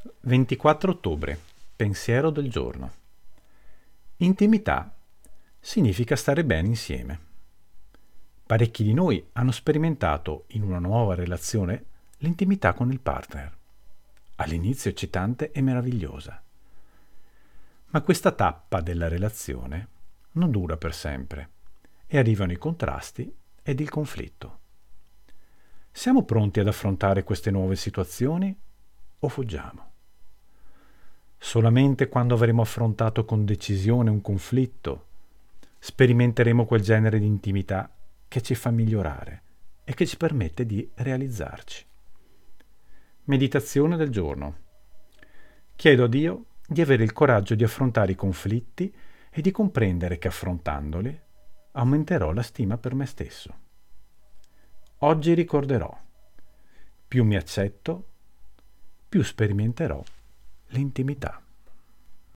24 ottobre, pensiero del giorno. Intimità significa stare bene insieme. Parecchi di noi hanno sperimentato in una nuova relazione l'intimità con il partner. All'inizio eccitante e meravigliosa. Ma questa tappa della relazione non dura per sempre e arrivano i contrasti ed il conflitto. Siamo pronti ad affrontare queste nuove situazioni o fuggiamo? Solamente quando avremo affrontato con decisione un conflitto sperimenteremo quel genere di intimità che ci fa migliorare e che ci permette di realizzarci. Meditazione del giorno. Chiedo a Dio di avere il coraggio di affrontare i conflitti e di comprendere che affrontandoli aumenterò la stima per me stesso. Oggi ricorderò: più mi accetto, più sperimenterò l'intimità.